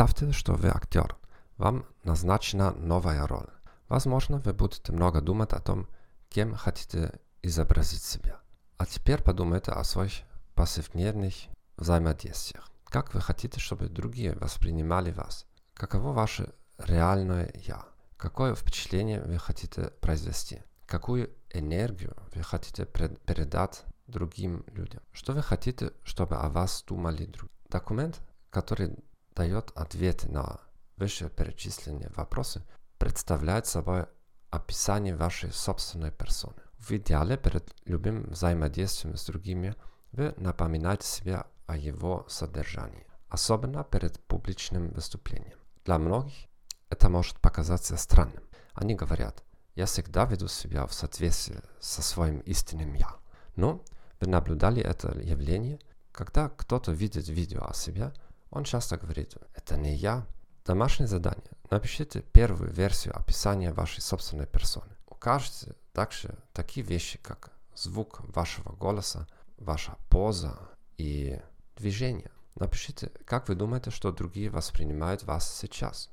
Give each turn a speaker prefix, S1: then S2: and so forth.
S1: Представьте, что вы актер. Вам назначена новая роль. Возможно, вы будете много думать о том, кем хотите изобразить себя. А теперь подумайте о своих повседневных взаимодействиях. Как вы хотите, чтобы другие воспринимали вас? Каково ваше реальное «я»? Какое впечатление вы хотите произвести? Какую энергию вы хотите передать другим людям? Что вы хотите, чтобы о вас думали другие? Документ, который дает ответы на вышеперечисленные вопросы, представляет собой описание вашей собственной персоны. В идеале перед любым взаимодействием с другими вы напоминаете себе о его содержании, особенно перед публичным выступлением. Для многих это может показаться странным. Они говорят: «Я всегда веду себя в соответствии со своим истинным «я». Но вы наблюдали это явление? Когда кто-то видит видео о себе, он часто говорит: «Это не я». Домашнее задание. Напишите первую версию описания вашей собственной персоны. Укажите также такие вещи, как звук вашего голоса, ваша поза и движение. Напишите, как вы думаете, что другие воспринимают вас сейчас.